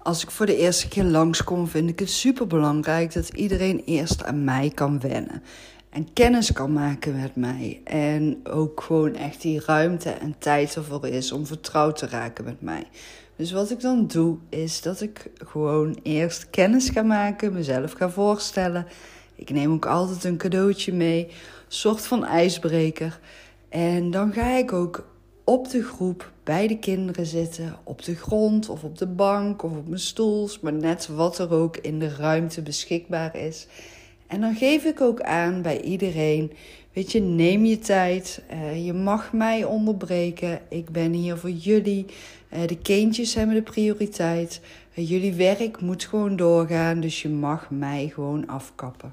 Als ik voor de eerste keer langskom, vind ik het superbelangrijk dat iedereen eerst aan mij kan wennen. En kennis kan maken met mij. En ook gewoon echt die ruimte en tijd ervoor is om vertrouwd te raken met mij. Dus wat ik dan doe, is dat ik gewoon eerst kennis ga maken, mezelf ga voorstellen. Ik neem ook altijd een cadeautje mee, een soort van ijsbreker. En dan ga ik ook op de groep bij de kinderen zitten, op de grond of op de bank of op mijn stoel, maar net wat er ook in de ruimte beschikbaar is. En dan geef ik ook aan bij iedereen, weet je, neem je tijd, je mag mij onderbreken, ik ben hier voor jullie, de kindjes hebben de prioriteit, jullie werk moet gewoon doorgaan, dus je mag mij gewoon afkappen.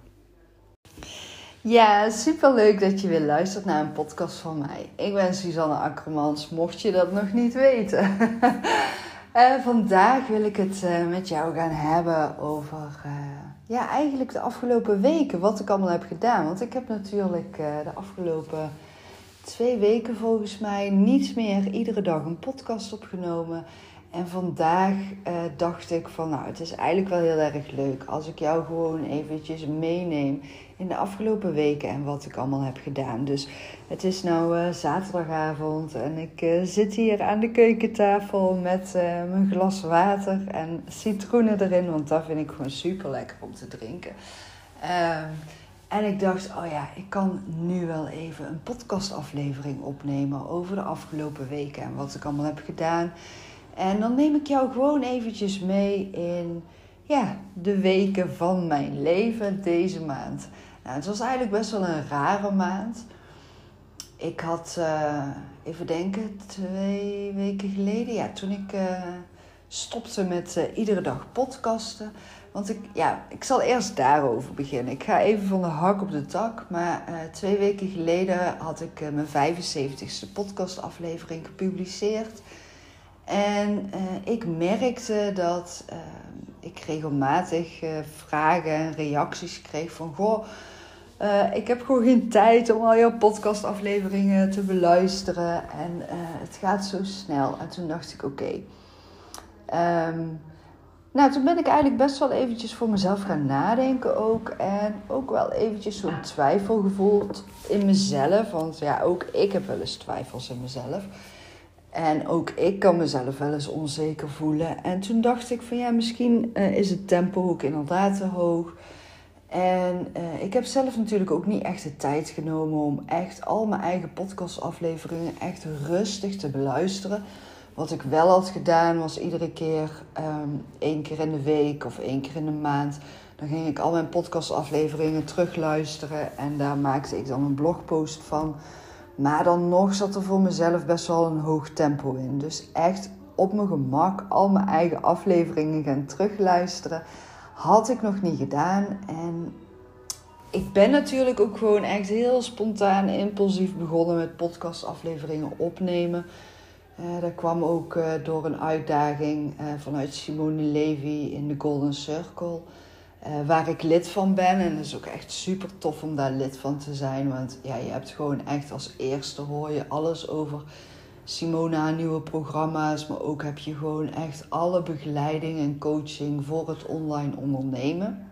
Ja, superleuk dat je weer luistert naar een podcast van mij. Ik ben Suzanne Akkermans, mocht je dat nog niet weten. Vandaag wil ik het met jou gaan hebben over eigenlijk de afgelopen weken, wat ik allemaal heb gedaan. Want ik heb natuurlijk de afgelopen 2 weken volgens mij niet meer iedere dag een podcast opgenomen. En vandaag dacht ik van, nou, het is eigenlijk wel heel erg leuk als ik jou gewoon eventjes meeneem in de afgelopen weken en wat ik allemaal heb gedaan. Dus het is nou zaterdagavond en ik zit hier aan de keukentafel met mijn glas water en citroenen erin, want dat vind ik gewoon super lekker om te drinken. En ik dacht, ik kan nu wel even een podcastaflevering opnemen over de afgelopen weken en wat ik allemaal heb gedaan. En dan neem ik jou gewoon eventjes mee in de weken van mijn leven deze maand. Nou, het was eigenlijk best wel een rare maand. Ik had, even denken, 2 weken geleden, toen ik stopte met iedere dag podcasten. Want ik zal eerst daarover beginnen. Ik ga even van de hak op de tak. Maar 2 weken geleden had ik mijn 75ste podcastaflevering gepubliceerd. En ik merkte dat ik regelmatig vragen en reacties kreeg van... ik heb gewoon geen tijd om al jouw podcastafleveringen te beluisteren. En het gaat zo snel. En toen dacht ik, oké. Toen ben ik eigenlijk best wel eventjes voor mezelf gaan nadenken ook. En ook wel eventjes zo'n twijfel gevoeld in mezelf. Want ook ik heb wel eens twijfels in mezelf. En ook ik kan mezelf wel eens onzeker voelen. En toen dacht ik van misschien is het tempo ook inderdaad te hoog. En ik heb zelf natuurlijk ook niet echt de tijd genomen om echt al mijn eigen podcastafleveringen echt rustig te beluisteren. Wat ik wel had gedaan was iedere keer 1 keer in de week of 1 keer in de maand. Dan ging ik al mijn podcastafleveringen terugluisteren en daar maakte ik dan een blogpost van. Maar dan nog zat er voor mezelf best wel een hoog tempo in. Dus echt op mijn gemak al mijn eigen afleveringen gaan terugluisteren. Had ik nog niet gedaan. En ik ben natuurlijk ook gewoon echt heel spontaan, impulsief begonnen met podcastafleveringen opnemen. Dat kwam ook door een uitdaging vanuit Simone Levy in de Golden Circle. Waar ik lid van ben. En het is ook echt super tof om daar lid van te zijn. Want je hebt gewoon echt als eerste hoor je alles over Simone, haar nieuwe programma's. Maar ook heb je gewoon echt alle begeleiding en coaching voor het online ondernemen.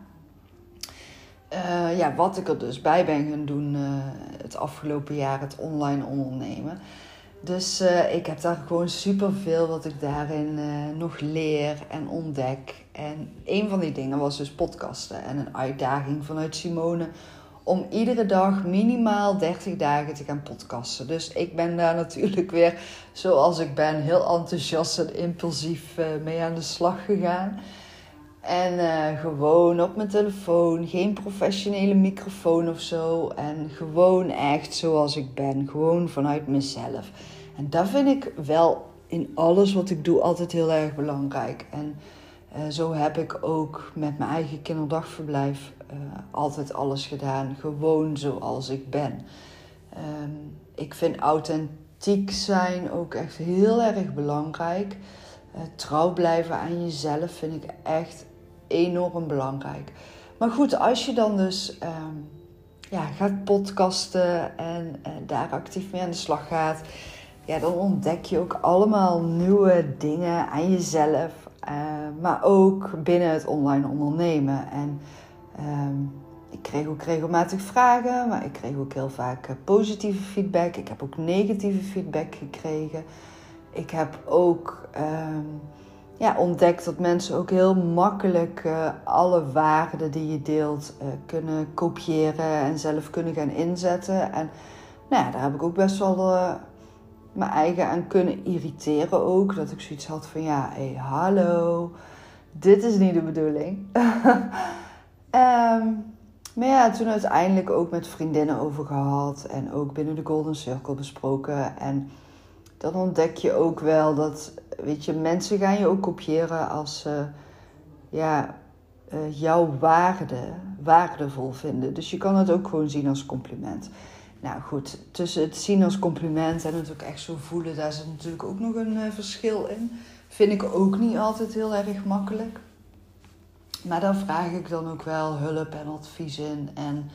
Wat ik er dus bij ben gaan doen het afgelopen jaar, het online ondernemen. Dus ik heb daar gewoon superveel wat ik daarin nog leer en ontdek. En een van die dingen was dus podcasten. En een uitdaging vanuit Simone om iedere dag minimaal 30 dagen te gaan podcasten. Dus ik ben daar natuurlijk weer, zoals ik ben, heel enthousiast en impulsief mee aan de slag gegaan. En gewoon op mijn telefoon, geen professionele microfoon of zo. En gewoon echt zoals ik ben, gewoon vanuit mezelf. En dat vind ik wel in alles wat ik doe altijd heel erg belangrijk. En zo heb ik ook met mijn eigen kinderdagverblijf altijd alles gedaan. Gewoon zoals ik ben. Ik vind authentiek zijn ook echt heel erg belangrijk. Trouw blijven aan jezelf vind ik echt enorm belangrijk. Maar goed, als je dan dus gaat podcasten en daar actief mee aan de slag gaat, dan ontdek je ook allemaal nieuwe dingen aan jezelf, Maar ook binnen het online ondernemen. En ik kreeg ook regelmatig vragen, maar ik kreeg ook heel vaak positieve feedback. Ik heb ook negatieve feedback gekregen. Ik heb ook ontdekt dat mensen ook heel makkelijk alle waarden die je deelt kunnen kopiëren en zelf kunnen gaan inzetten. En nou ja, daar heb ik ook best wel mijn eigen aan kunnen irriteren ook. Dat ik zoiets had van hallo, dit is niet de bedoeling. Maar ja, toen uiteindelijk ook met vriendinnen over gehad en ook binnen de Golden Circle besproken. En dan ontdek je ook wel dat, weet je, mensen gaan je ook kopiëren als ze jouw waardevol vinden. Dus je kan het ook gewoon zien als compliment. Nou goed, tussen het zien als compliment en het ook echt zo voelen, daar zit natuurlijk ook nog een verschil in. Vind ik ook niet altijd heel erg makkelijk. Maar daar vraag ik dan ook wel hulp en advies in. En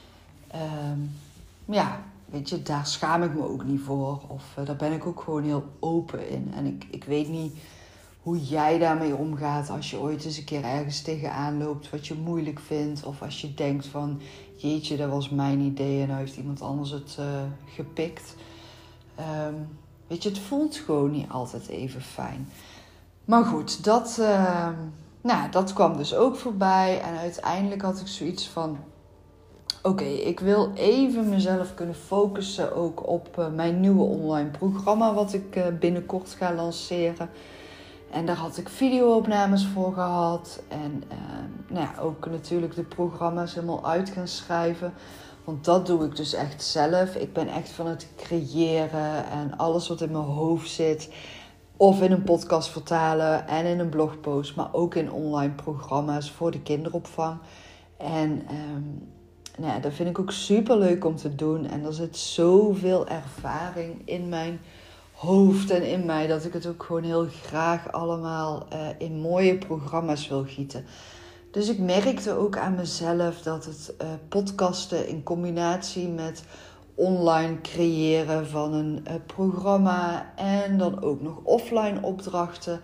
weet je, daar schaam ik me ook niet voor. Of daar ben ik ook gewoon heel open in. En ik weet niet hoe jij daarmee omgaat als je ooit eens een keer ergens tegenaan loopt wat je moeilijk vindt. Of als je denkt van, jeetje, dat was mijn idee en nou heeft iemand anders het gepikt. Weet je, het voelt gewoon niet altijd even fijn. Maar goed, dat kwam dus ook voorbij. En uiteindelijk had ik zoiets van, oké, ik wil even mezelf kunnen focussen ook op mijn nieuwe online programma wat ik binnenkort ga lanceren. En daar had ik video-opnames voor gehad. En ook natuurlijk de programma's helemaal uit gaan schrijven. Want dat doe ik dus echt zelf. Ik ben echt van het creëren en alles wat in mijn hoofd zit. Of in een podcast vertalen en in een blogpost. Maar ook in online programma's voor de kinderopvang. En dat vind ik ook super leuk om te doen. En er zit zoveel ervaring in mijn hoofd en in mij, dat ik het ook gewoon heel graag allemaal in mooie programma's wil gieten. Dus ik merkte ook aan mezelf dat het podcasten in combinatie met online creëren van een programma en dan ook nog offline opdrachten,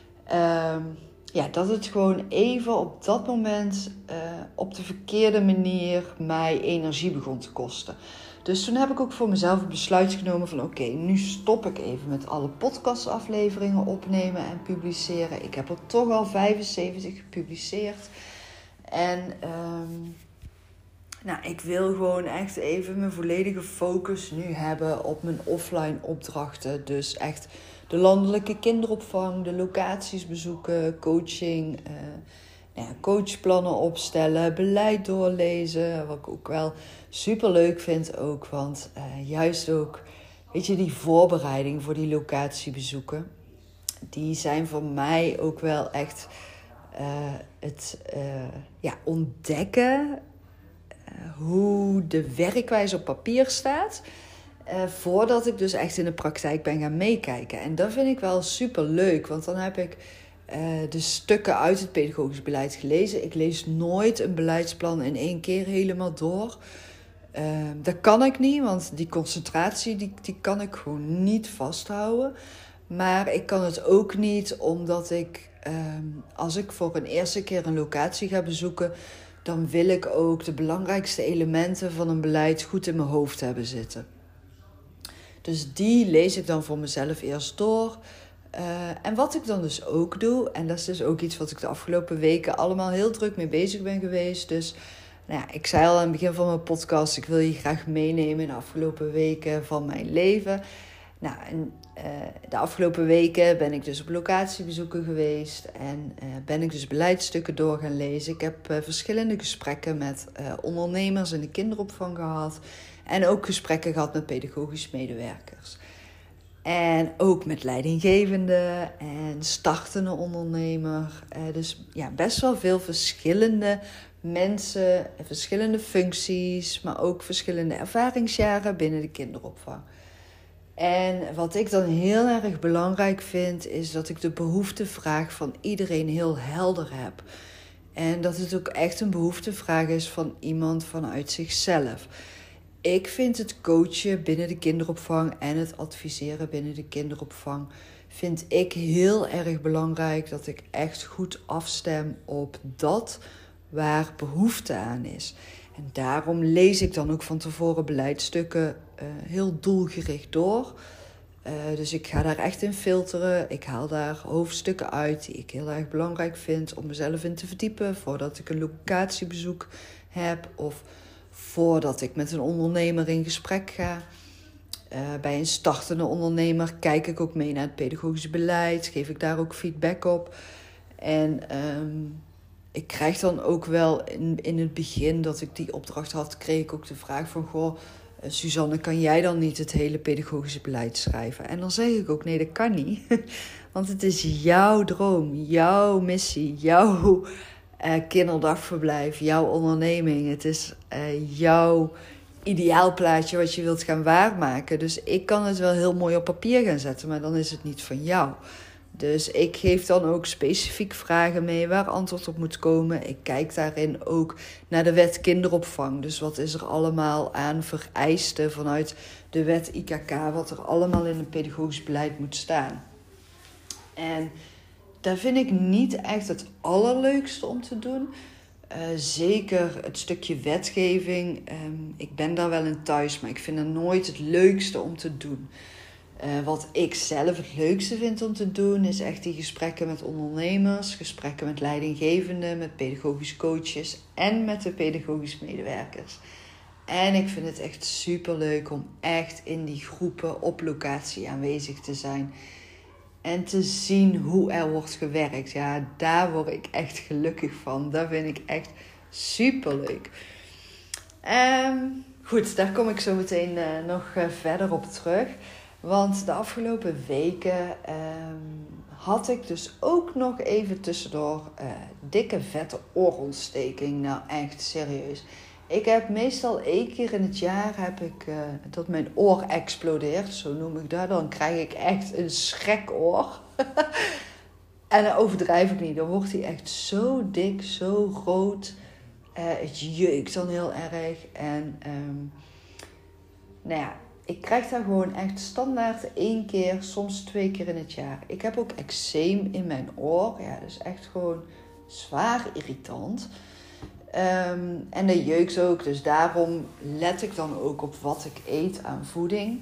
dat het gewoon even op dat moment op de verkeerde manier mij energie begon te kosten. Dus toen heb ik ook voor mezelf het besluit genomen van oké, nu stop ik even met alle podcastafleveringen opnemen en publiceren. Ik heb er toch al 75 gepubliceerd. En ik wil gewoon echt even mijn volledige focus nu hebben op mijn offline opdrachten. Dus echt de landelijke kinderopvang, de locaties bezoeken, coaching, coachplannen opstellen, beleid doorlezen. Wat ik ook wel super leuk vind ook. Want juist ook, weet je, die voorbereiding voor die locatiebezoeken. Die zijn voor mij ook wel echt ontdekken hoe de werkwijze op papier staat. Voordat ik dus echt in de praktijk ben gaan meekijken. En dat vind ik wel super leuk. Want dan heb ik de stukken uit het pedagogisch beleid gelezen. Ik lees nooit een beleidsplan in 1 keer helemaal door. Dat kan ik niet, want die concentratie die kan ik gewoon niet vasthouden. Maar ik kan het ook niet omdat ik, als ik voor een eerste keer een locatie ga bezoeken, dan wil ik ook de belangrijkste elementen van een beleid goed in mijn hoofd hebben zitten. Dus die lees ik dan voor mezelf eerst door. En wat ik dan dus ook doe, en dat is dus ook iets wat ik de afgelopen weken allemaal heel druk mee bezig ben geweest. Dus ik zei al aan het begin van mijn podcast, ik wil je graag meenemen in de afgelopen weken van mijn leven. De afgelopen weken ben ik dus op locatiebezoeken geweest en ben ik dus beleidsstukken door gaan lezen. Ik heb verschillende gesprekken met ondernemers in de kinderopvang gehad en ook gesprekken gehad met pedagogisch medewerkers. En ook met leidinggevende en startende ondernemer. Dus best wel veel verschillende mensen, verschillende functies, maar ook verschillende ervaringsjaren binnen de kinderopvang. En wat ik dan heel erg belangrijk vind, is dat ik de behoeftevraag van iedereen heel helder heb. En dat het ook echt een behoeftevraag is van iemand vanuit zichzelf. Ik vind het coachen binnen de kinderopvang en het adviseren binnen de kinderopvang vind ik heel erg belangrijk dat ik echt goed afstem op dat waar behoefte aan is. En daarom lees ik dan ook van tevoren beleidsstukken heel doelgericht door. Dus ik ga daar echt in filteren. Ik haal daar hoofdstukken uit die ik heel erg belangrijk vind om mezelf in te verdiepen voordat ik een locatiebezoek heb of voordat ik met een ondernemer in gesprek ga. Bij een startende ondernemer kijk ik ook mee naar het pedagogisch beleid, geef ik daar ook feedback op. En ik krijg dan ook wel in het begin dat ik die opdracht had, kreeg ik ook de vraag van: goh, Suzanne, kan jij dan niet het hele pedagogische beleid schrijven? En dan zeg ik ook: nee, dat kan niet. Want het is jouw droom, jouw missie, jouw kinderdagverblijf, jouw onderneming. Het is jouw ideaalplaatje wat je wilt gaan waarmaken. Dus ik kan het wel heel mooi op papier gaan zetten, maar dan is het niet van jou. Dus ik geef dan ook specifiek vragen mee waar antwoord op moet komen. Ik kijk daarin ook naar de wet kinderopvang. Dus wat is er allemaal aan vereisten vanuit de wet IKK, wat er allemaal in het pedagogisch beleid moet staan. En daar vind ik niet echt het allerleukste om te doen. Zeker het stukje wetgeving. Ik ben daar wel in thuis, maar ik vind het nooit het leukste om te doen. Wat ik zelf het leukste vind om te doen, is echt die gesprekken met ondernemers, gesprekken met leidinggevenden, met pedagogische coaches en met de pedagogische medewerkers. En ik vind het echt superleuk om echt in die groepen op locatie aanwezig te zijn. En te zien hoe er wordt gewerkt. Ja, daar word ik echt gelukkig van. Dat vind ik echt superleuk. Goed, daar kom ik zo meteen nog verder op terug. Want de afgelopen weken had ik dus ook nog even tussendoor dikke vette oorontsteking. Nou, echt serieus. Ik heb meestal 1 keer in het jaar dat mijn oor explodeert. Zo noem ik dat. Dan krijg ik echt een schrekoor. En dan overdrijf ik niet. Dan wordt hij echt zo dik, zo rood. Het jeukt dan heel erg. En nou ja, ik krijg daar gewoon echt standaard 1 keer, soms 2 keer in het jaar. Ik heb ook eczeem in mijn oor. Ja, dat is echt gewoon zwaar irritant. En dat jeukt ook, dus daarom let ik dan ook op wat ik eet aan voeding.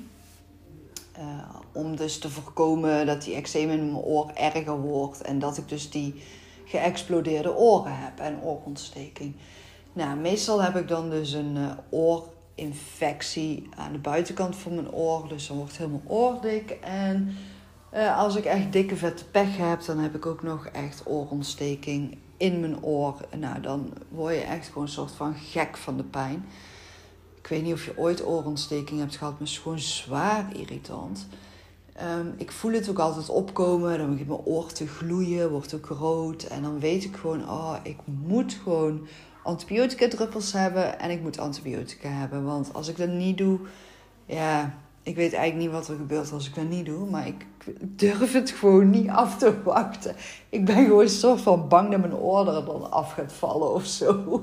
Om dus te voorkomen dat die eczeem in mijn oor erger wordt. En dat ik dus die geëxplodeerde oren heb en oorontsteking. Nou, meestal heb ik dan dus een oorinfectie aan de buitenkant van mijn oor. Dus dan wordt heel mijn oor dik. En als ik echt dikke vette pech heb, dan heb ik ook nog echt oorontsteking in mijn oor. Nou, dan word je echt gewoon een soort van gek van de pijn. Ik weet niet of je ooit oorontsteking hebt gehad, maar het is gewoon zwaar irritant. Ik voel het ook altijd opkomen. Dan begint mijn oor te gloeien, wordt ook rood. En dan weet ik gewoon, ik moet gewoon antibiotica druppels hebben. En ik moet antibiotica hebben. Want als ik dat niet doe, ja, ik weet eigenlijk niet wat er gebeurt als ik dat niet doe. Maar ik durf het gewoon niet af te wachten. Ik ben gewoon een soort van bang dat mijn oor er dan af gaat vallen of zo.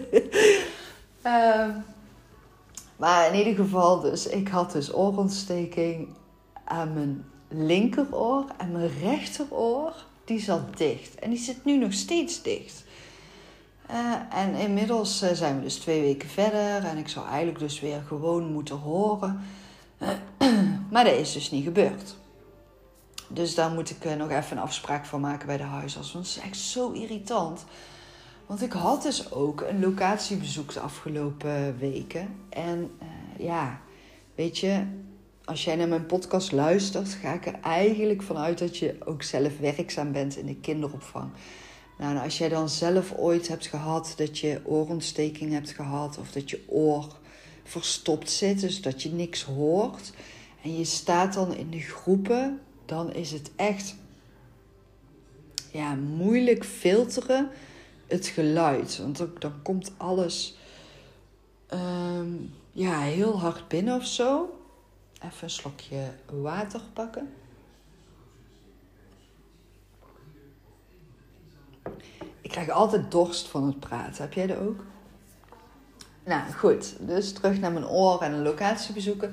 Maar in ieder geval dus, ik had dus oorontsteking aan mijn linkeroor en mijn rechteroor, die zat dicht. En die zit nu nog steeds dicht. En inmiddels zijn we dus 2 weken verder en ik zou eigenlijk dus weer gewoon moeten horen. Maar dat is dus niet gebeurd. Dus daar moet ik nog even een afspraak van maken bij de huisarts. Want het is echt zo irritant. Want ik had dus ook een locatiebezoek de afgelopen weken. En weet je, als jij naar mijn podcast luistert, ga ik er eigenlijk vanuit dat je ook zelf werkzaam bent in de kinderopvang. Nou, als jij dan zelf ooit hebt gehad dat je oorontsteking hebt gehad of dat je oor verstopt zit, dus dat je niks hoort en je staat dan in de groepen, dan is het echt moeilijk filteren het geluid. Want dan komt alles heel hard binnen of zo. Even een slokje water pakken. Ik krijg altijd dorst van het praten. Heb jij dat ook? Nou goed, dus terug naar mijn oor en een locatie bezoeken.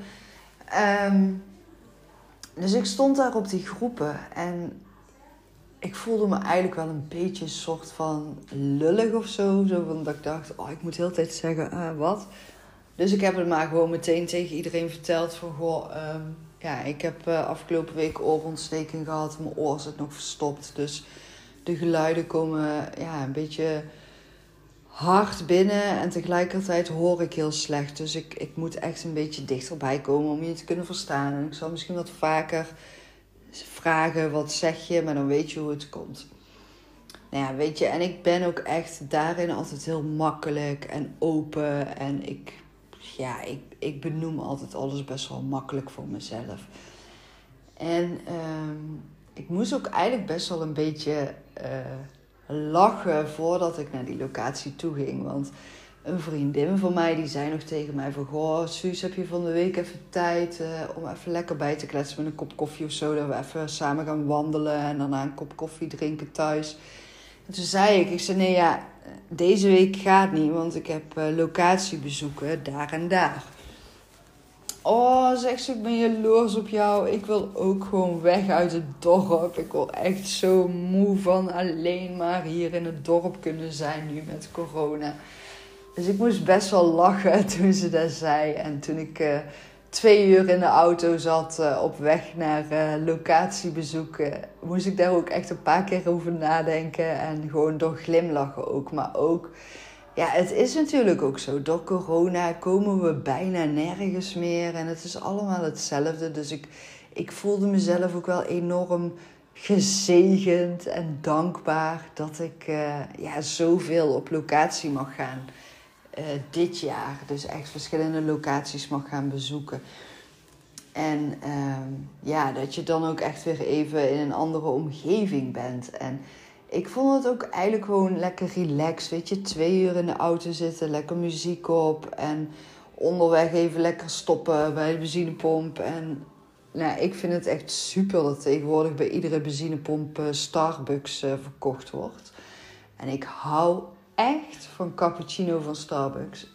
Dus ik stond daar op die groepen en ik voelde me eigenlijk wel een beetje een soort van lullig of zo. Zo van dat ik dacht, ik moet de hele tijd zeggen, wat? Dus ik heb het maar gewoon meteen tegen iedereen verteld van, ik heb afgelopen week oorontsteking gehad. Mijn oor zit nog verstopt, dus de geluiden komen een beetje hard binnen en tegelijkertijd hoor ik heel slecht. Dus ik moet echt een beetje dichterbij komen om je te kunnen verstaan. En ik zal misschien wat vaker vragen, wat zeg je, maar dan weet je hoe het komt. Nou ja, weet je, en ik ben ook echt daarin altijd heel makkelijk en open. En ik benoem altijd alles best wel makkelijk voor mezelf. En ik moest ook eigenlijk best wel een beetje lachen voordat ik naar die locatie toe ging. Want een vriendin van mij, die zei nog tegen mij van, goh, Suus, heb je van de week even tijd om even lekker bij te kletsen met een kop koffie of zo. Dat we even samen gaan wandelen en daarna een kop koffie drinken thuis. En toen zei ik zei nee ja, deze week gaat niet, want ik heb locatiebezoeken daar en daar. Oh, zegt ze, ik ben jaloers op jou. Ik wil ook gewoon weg uit het dorp. Ik word echt zo moe van alleen maar hier in het dorp kunnen zijn nu met corona. Dus ik moest best wel lachen toen ze dat zei. En toen ik 2 uur in de auto zat op weg naar locatiebezoek, moest ik daar ook echt een paar keer over nadenken. En gewoon door glimlachen ook. Maar ook, ja, het is natuurlijk ook zo. Door corona komen we bijna nergens meer. En het is allemaal hetzelfde. Dus ik voelde mezelf ook wel enorm gezegend en dankbaar dat ik zoveel op locatie mag gaan. Dit jaar. Dus echt verschillende locaties mag gaan bezoeken. En dat je dan ook echt weer even in een andere omgeving bent. En ik vond het ook eigenlijk gewoon lekker relaxed. Weet je, 2 uur in de auto zitten, lekker muziek op. En onderweg even lekker stoppen bij de benzinepomp. En ik vind het echt super dat tegenwoordig bij iedere benzinepomp Starbucks verkocht wordt. En ik hou echt van cappuccino van Starbucks.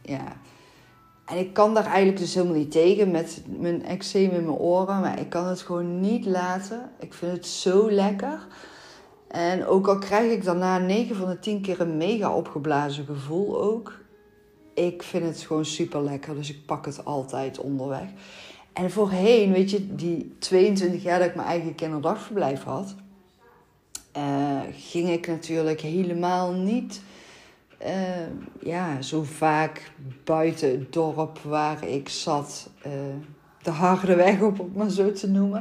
En ik kan daar eigenlijk dus helemaal niet tegen met mijn eczeem in mijn oren. Maar ik kan het gewoon niet laten. Ik vind het zo lekker. En ook al krijg ik daarna 9 van de 10 keer een mega opgeblazen gevoel ook. Ik vind het gewoon super lekker. Dus ik pak het altijd onderweg. En voorheen, weet je, die 22 jaar dat ik mijn eigen kinderdagverblijf had, ging ik natuurlijk helemaal niet zo vaak buiten het dorp waar ik zat, de harde weg op, om het maar zo te noemen.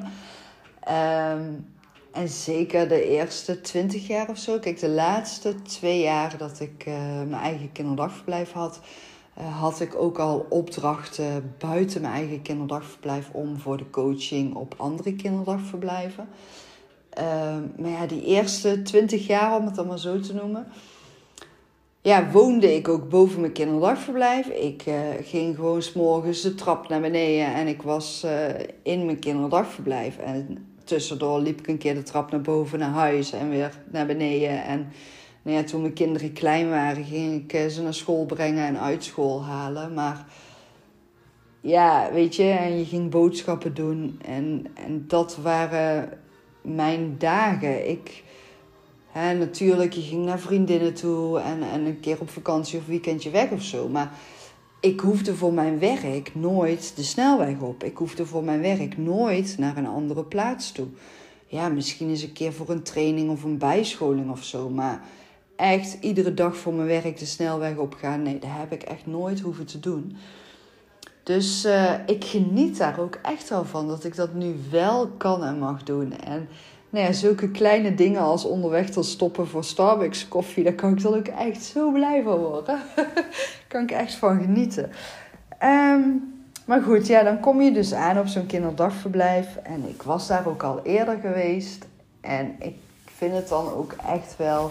En zeker de eerste 20 jaar of zo. Kijk, de laatste 2 jaar dat ik mijn eigen kinderdagverblijf had, had ik ook al opdrachten buiten mijn eigen kinderdagverblijf om voor de coaching op andere kinderdagverblijven. Maar ja, die eerste 20 jaar, om het dan maar zo te noemen, woonde ik ook boven mijn kinderdagverblijf. Ik ging gewoon 's morgens de trap naar beneden en ik was in mijn kinderdagverblijf. En tussendoor liep ik een keer de trap naar boven naar huis en weer naar beneden. En toen mijn kinderen klein waren, ging ik ze naar school brengen en uit school halen. Maar ja, weet je, en je ging boodschappen doen. En dat waren mijn dagen. Natuurlijk, je ging naar vriendinnen toe en een keer op vakantie of weekendje weg of zo. Maar ik hoefde voor mijn werk nooit de snelweg op. Ik hoefde voor mijn werk nooit naar een andere plaats toe. Ja, misschien eens een keer voor een training of een bijscholing of zo. Maar echt iedere dag voor mijn werk de snelweg opgaan, nee, dat heb ik echt nooit hoeven te doen. Dus ik geniet daar ook echt wel van dat ik dat nu wel kan en mag doen. En zulke kleine dingen als onderweg te stoppen voor Starbucks koffie, daar kan ik dan ook echt zo blij van worden. Kan ik echt van genieten. Maar goed, dan kom je dus aan op zo'n kinderdagverblijf. En ik was daar ook al eerder geweest. En ik vind het dan ook echt wel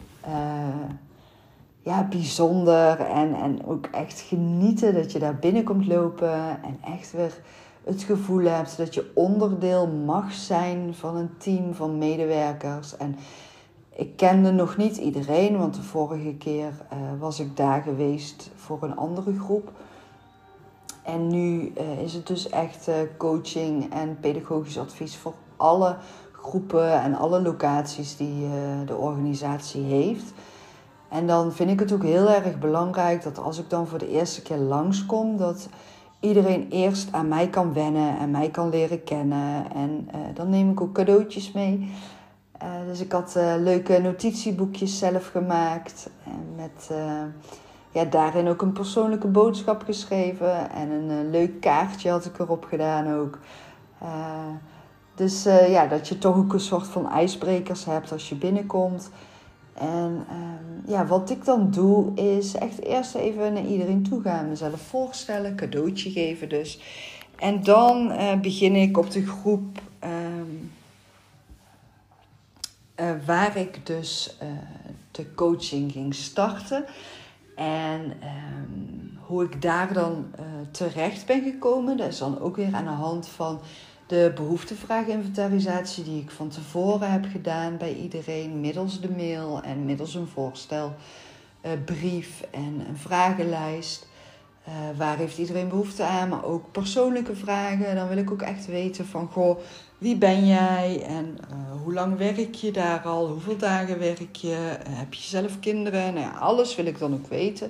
bijzonder. En ook echt genieten dat je daar binnen komt lopen. En echt weer het gevoel hebt dat je onderdeel mag zijn van een team van medewerkers. En Ik kende nog niet iedereen, want de vorige keer was ik daar geweest voor een andere groep. En nu is het dus echt coaching en pedagogisch advies voor alle groepen en alle locaties die de organisatie heeft. En dan vind ik het ook heel erg belangrijk dat als ik dan voor de eerste keer langskom, dat iedereen eerst aan mij kan wennen en mij kan leren kennen. En dan neem ik ook cadeautjes mee. Dus ik had leuke notitieboekjes zelf gemaakt. En met daarin ook een persoonlijke boodschap geschreven. En een leuk kaartje had ik erop gedaan ook. Dus dat je toch ook een soort van ijsbrekers hebt als je binnenkomt. En wat ik dan doe is echt eerst even naar iedereen toe gaan. Mezelf voorstellen, cadeautje geven dus. En dan begin ik op de groep waar ik dus de coaching ging starten. En hoe ik daar dan terecht ben gekomen, dat is dan ook weer aan de hand van de behoeftevraag-inventarisatie die ik van tevoren heb gedaan bij iedereen, middels de mail en middels een voorstelbrief en een vragenlijst. Waar heeft iedereen behoefte aan, maar ook persoonlijke vragen. Dan wil ik ook echt weten van, goh, wie ben jij en hoe lang werk je daar al? Hoeveel dagen werk je? Heb je zelf kinderen? Nou ja, alles wil ik dan ook weten.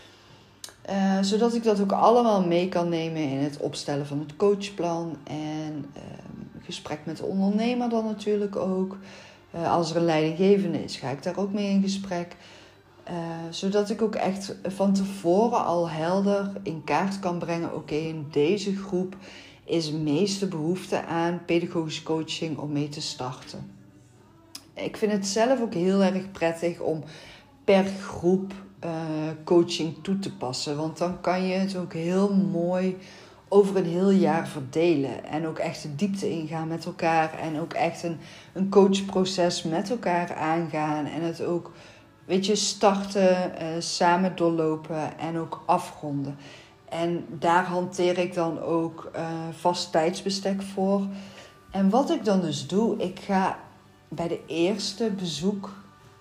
Zodat ik dat ook allemaal mee kan nemen in het opstellen van het coachplan. En gesprek met de ondernemer dan natuurlijk ook. Als er een leidinggevende is, ga ik daar ook mee in gesprek. Zodat ik ook echt van tevoren al helder in kaart kan brengen. Oké, in deze groep is de meeste behoefte aan pedagogische coaching om mee te starten. Ik vind het zelf ook heel erg prettig om per groep coaching toe te passen. Want dan kan je het ook heel mooi over een heel jaar verdelen. En ook echt de diepte ingaan met elkaar. En ook echt een coachproces met elkaar aangaan. En het ook, starten, samen doorlopen en ook afronden. En daar hanteer ik dan ook vast tijdsbestek voor. En wat ik dan dus doe, ik ga bij de eerste bezoek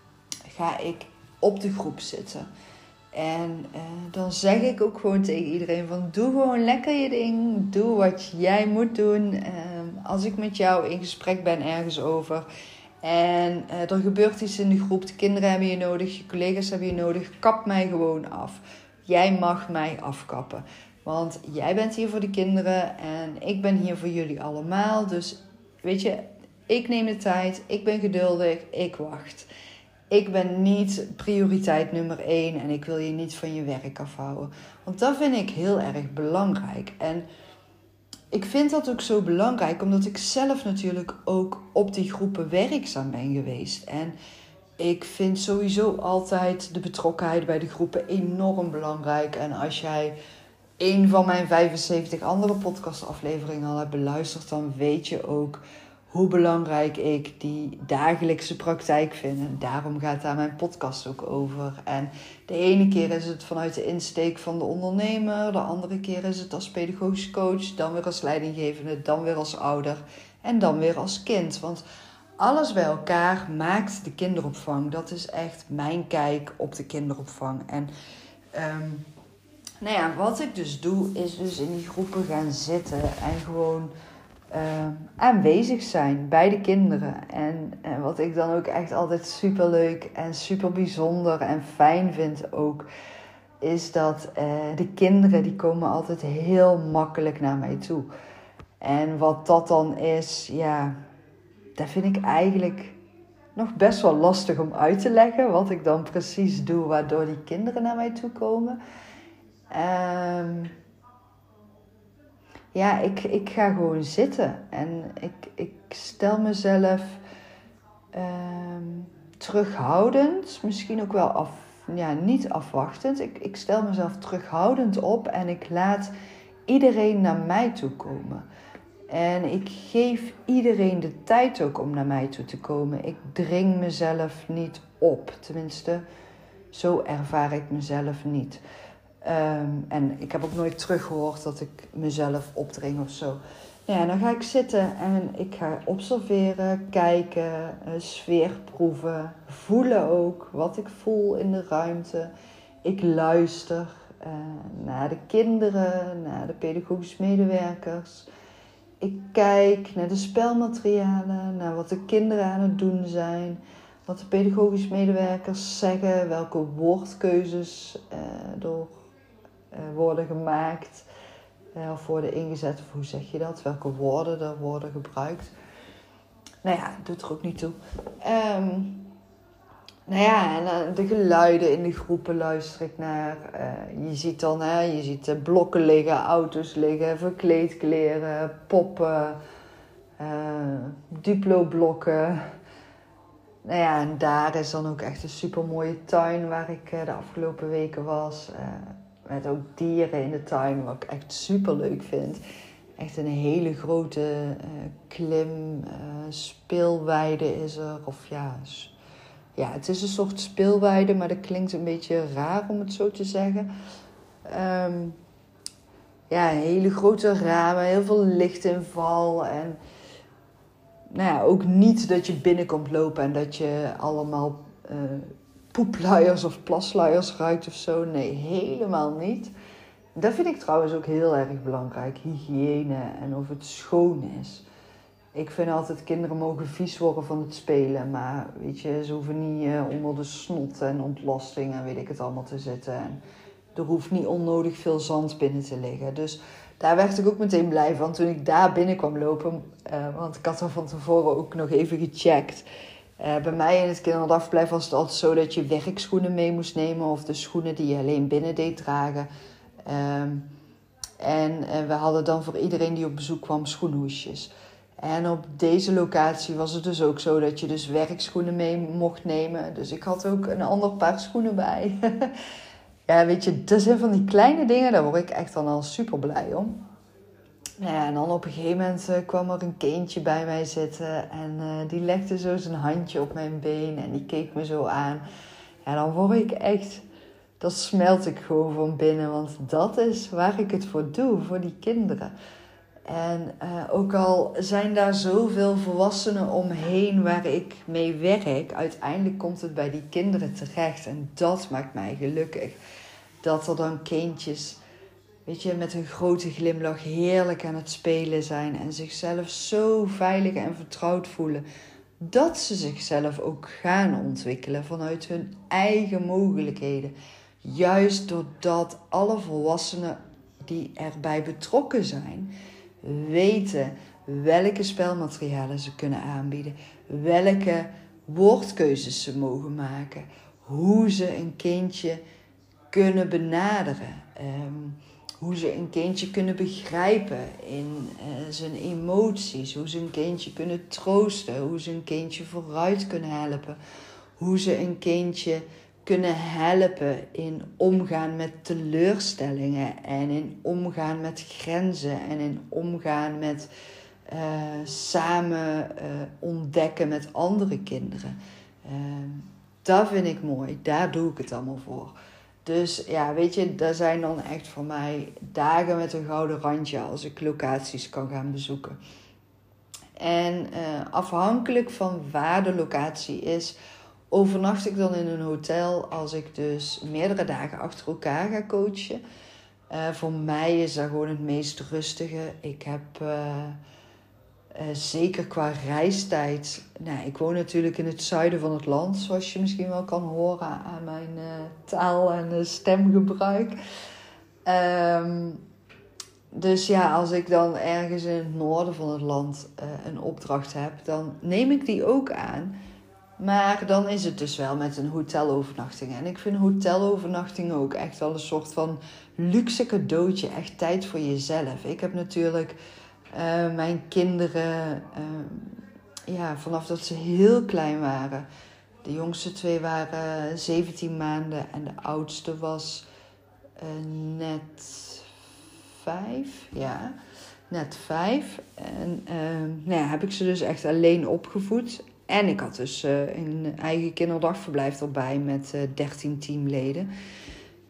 op de groep zitten. En dan zeg ik ook gewoon tegen iedereen van, doe gewoon lekker je ding. Doe wat jij moet doen. Als ik met jou in gesprek ben ergens over en er gebeurt iets in de groep, de kinderen hebben je nodig, je collega's hebben je nodig, kap mij gewoon af. Jij mag mij afkappen. Want jij bent hier voor de kinderen en ik ben hier voor jullie allemaal. Dus ik neem de tijd, ik ben geduldig, ik wacht. Ik ben niet prioriteit nummer 1 en ik wil je niet van je werk afhouden. Want dat vind ik heel erg belangrijk. En ik vind dat ook zo belangrijk omdat ik zelf natuurlijk ook op die groepen werkzaam ben geweest. En ik vind sowieso altijd de betrokkenheid bij de groepen enorm belangrijk. En als jij een van mijn 75 andere podcastafleveringen al hebt beluisterd, dan weet je ook hoe belangrijk ik die dagelijkse praktijk vind. En daarom gaat daar mijn podcast ook over. En de ene keer is het vanuit de insteek van de ondernemer. De andere keer is het als pedagogisch coach. Dan weer als leidinggevende. Dan weer als ouder. En dan weer als kind. Want alles bij elkaar maakt de kinderopvang. Dat is echt mijn kijk op de kinderopvang. En wat ik dus doe, is dus in die groepen gaan zitten en gewoon aanwezig zijn bij de kinderen. En wat ik dan ook echt altijd super leuk en super bijzonder en fijn vind ook, is dat de kinderen die komen altijd heel makkelijk naar mij toe. En wat dat dan is, dat vind ik eigenlijk nog best wel lastig om uit te leggen. Wat ik dan precies doe, waardoor die kinderen naar mij toe komen. Ik ga gewoon zitten. En ik stel mezelf terughoudend. Misschien ook wel niet afwachtend. Ik stel mezelf terughoudend op. En ik laat iedereen naar mij toe komen. En ik geef iedereen de tijd ook om naar mij toe te komen. Ik dring mezelf niet op. Tenminste, zo ervaar ik mezelf niet. En ik heb ook nooit teruggehoord dat ik mezelf opdring of zo. Ja, dan ga ik zitten en ik ga observeren, kijken, sfeer proeven, voelen ook wat ik voel in de ruimte. Ik luister naar de kinderen, naar de pedagogisch medewerkers. Ik kijk naar de spelmaterialen, naar wat de kinderen aan het doen zijn, wat de pedagogisch medewerkers zeggen, welke woordkeuzes er worden gemaakt. Of worden ingezet, of hoe zeg je dat? Welke woorden er worden gebruikt. Nou ja, doet er ook niet toe. Nou ja, en de geluiden in de groepen luister ik naar. Je ziet dan, je ziet blokken liggen, auto's liggen, verkleedkleren, poppen, Duplo-blokken. Nou ja, en daar is dan ook echt een super mooie tuin waar ik de afgelopen weken was. Met ook dieren in de tuin, wat ik echt super leuk vind. Echt een hele grote speelweide is er. Of ja, het is een soort speelweide, maar dat klinkt een beetje raar om het zo te zeggen. Ja, hele grote ramen, heel veel lichtinval. En nou ja, ook niet dat je binnenkomt lopen en dat je allemaal poepluiers of plasluiers ruikt of zo. Nee, helemaal niet. Dat vind ik trouwens ook heel erg belangrijk. Hygiëne en of het schoon is. Ik vind altijd kinderen mogen vies worden van het spelen. Maar weet je, ze hoeven niet onder de snot en ontlasting en weet ik het allemaal te zitten. En er hoeft niet onnodig veel zand binnen te liggen. Dus daar werd ik ook meteen blij van toen ik daar binnen kwam lopen. Want ik had er van tevoren ook nog even gecheckt. Bij mij in het kinderdagverblijf was het altijd zo dat je werkschoenen mee moest nemen. Of de schoenen die je alleen binnen deed dragen. En we hadden dan voor iedereen die op bezoek kwam schoenhoesjes. En op deze locatie was het dus ook zo dat je dus werkschoenen mee mocht nemen. Dus ik had ook een ander paar schoenen bij. Ja, weet je, dat zijn van die kleine dingen, daar word ik echt dan al super blij om. Nou ja, en dan op een gegeven moment kwam er een kindje bij mij zitten. En die legde zo zijn handje op mijn been en die keek me zo aan. Ja, dan word ik echt... Dan smelt ik gewoon van binnen, want dat is waar ik het voor doe, voor die kinderen. En ook al zijn daar zoveel volwassenen omheen waar ik mee werk, uiteindelijk komt het bij die kinderen terecht. En dat maakt mij gelukkig. Dat er dan kindjes, weet je, met een grote glimlach heerlijk aan het spelen zijn en zichzelf zo veilig en vertrouwd voelen. Dat ze zichzelf ook gaan ontwikkelen vanuit hun eigen mogelijkheden. Juist doordat alle volwassenen die erbij betrokken zijn, weten welke spelmaterialen ze kunnen aanbieden, welke woordkeuzes ze mogen maken, hoe ze een kindje kunnen benaderen, hoe ze een kindje kunnen begrijpen in zijn emoties, hoe ze een kindje kunnen troosten, hoe ze een kindje vooruit kunnen helpen, hoe ze een kindje kunnen helpen in omgaan met teleurstellingen en in omgaan met grenzen en in omgaan met samen ontdekken met andere kinderen. Dat vind ik mooi, daar doe ik het allemaal voor. Dus ja, weet je, dat zijn dan echt voor mij dagen met een gouden randje als ik locaties kan gaan bezoeken. En afhankelijk van waar de locatie is, overnacht ik dan in een hotel als ik dus meerdere dagen achter elkaar ga coachen. Voor mij is dat gewoon het meest rustige. Ik heb zeker qua reistijd... Nou, ik woon natuurlijk in het zuiden van het land, zoals je misschien wel kan horen aan mijn taal en stemgebruik. Dus ja, als ik dan ergens in het noorden van het land een opdracht heb, dan neem ik die ook aan. Maar dan is het dus wel met een hotelovernachting. En ik vind hotelovernachting ook echt wel een soort van luxe cadeautje. Echt tijd voor jezelf. Ik heb natuurlijk mijn kinderen, vanaf dat ze heel klein waren. De jongste 2 waren 17 maanden en de oudste was net 5. Ja, net 5. En heb ik ze dus echt alleen opgevoed. En ik had dus een eigen kinderdagverblijf erbij met 13 teamleden.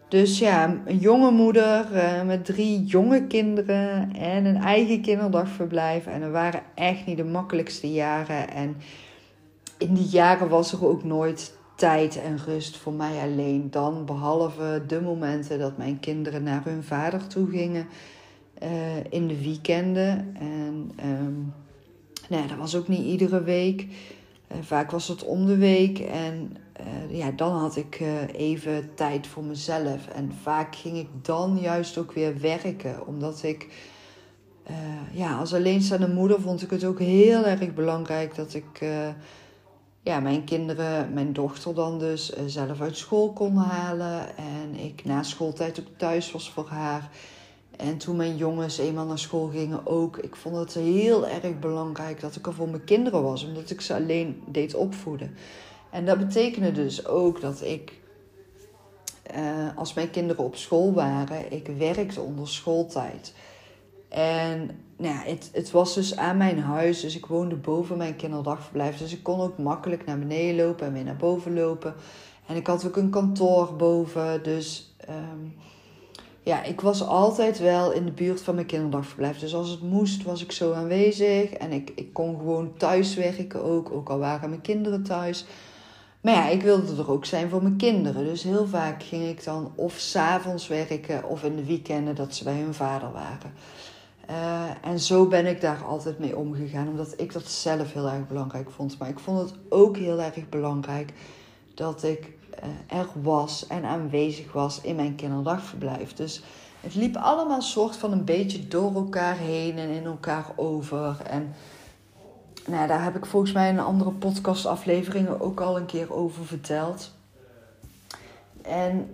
Dus ja, een jonge moeder met 3 jonge kinderen en een eigen kinderdagverblijf. En dat waren echt niet de makkelijkste jaren. En in die jaren was er ook nooit tijd en rust voor mij alleen dan. Behalve de momenten dat mijn kinderen naar hun vader toe gingen in de weekenden. En dat was ook niet iedere week. Vaak was het om de week. En dan had ik even tijd voor mezelf. En vaak ging ik dan juist ook weer werken. Omdat ik als alleenstaande moeder vond ik het ook heel erg belangrijk dat ik mijn kinderen, mijn dochter dan dus, zelf uit school kon halen. En ik na schooltijd ook thuis was voor haar. En toen mijn jongens eenmaal naar school gingen ook. Ik vond het heel erg belangrijk dat ik er voor mijn kinderen was. Omdat ik ze alleen deed opvoeden. En dat betekende dus ook dat ik, als mijn kinderen op school waren, ik werkte onder schooltijd. En het was dus aan mijn huis. Dus ik woonde boven mijn kinderdagverblijf. Dus ik kon ook makkelijk naar beneden lopen en weer naar boven lopen. En ik had ook een kantoor boven. Dus ik was altijd wel in de buurt van mijn kinderdagverblijf. Dus als het moest, was ik zo aanwezig. En ik kon gewoon thuis werken ook al waren mijn kinderen thuis. Maar ja, ik wilde er ook zijn voor mijn kinderen. Dus heel vaak ging ik dan of 's avonds werken of in de weekenden dat ze bij hun vader waren. En zo ben ik daar altijd mee omgegaan. Omdat ik dat zelf heel erg belangrijk vond. Maar ik vond het ook heel erg belangrijk dat ik er was en aanwezig was in mijn kinderdagverblijf. Dus het liep allemaal soort van een beetje door elkaar heen en in elkaar over. En daar heb ik volgens mij in een andere podcastafleveringen ook al een keer over verteld. En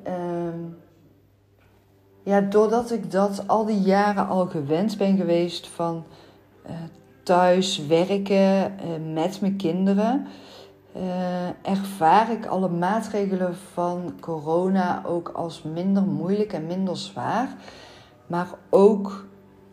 doordat ik dat al die jaren al gewend ben geweest van thuis werken met mijn kinderen, ervaar ik alle maatregelen van corona ook als minder moeilijk en minder zwaar. Maar ook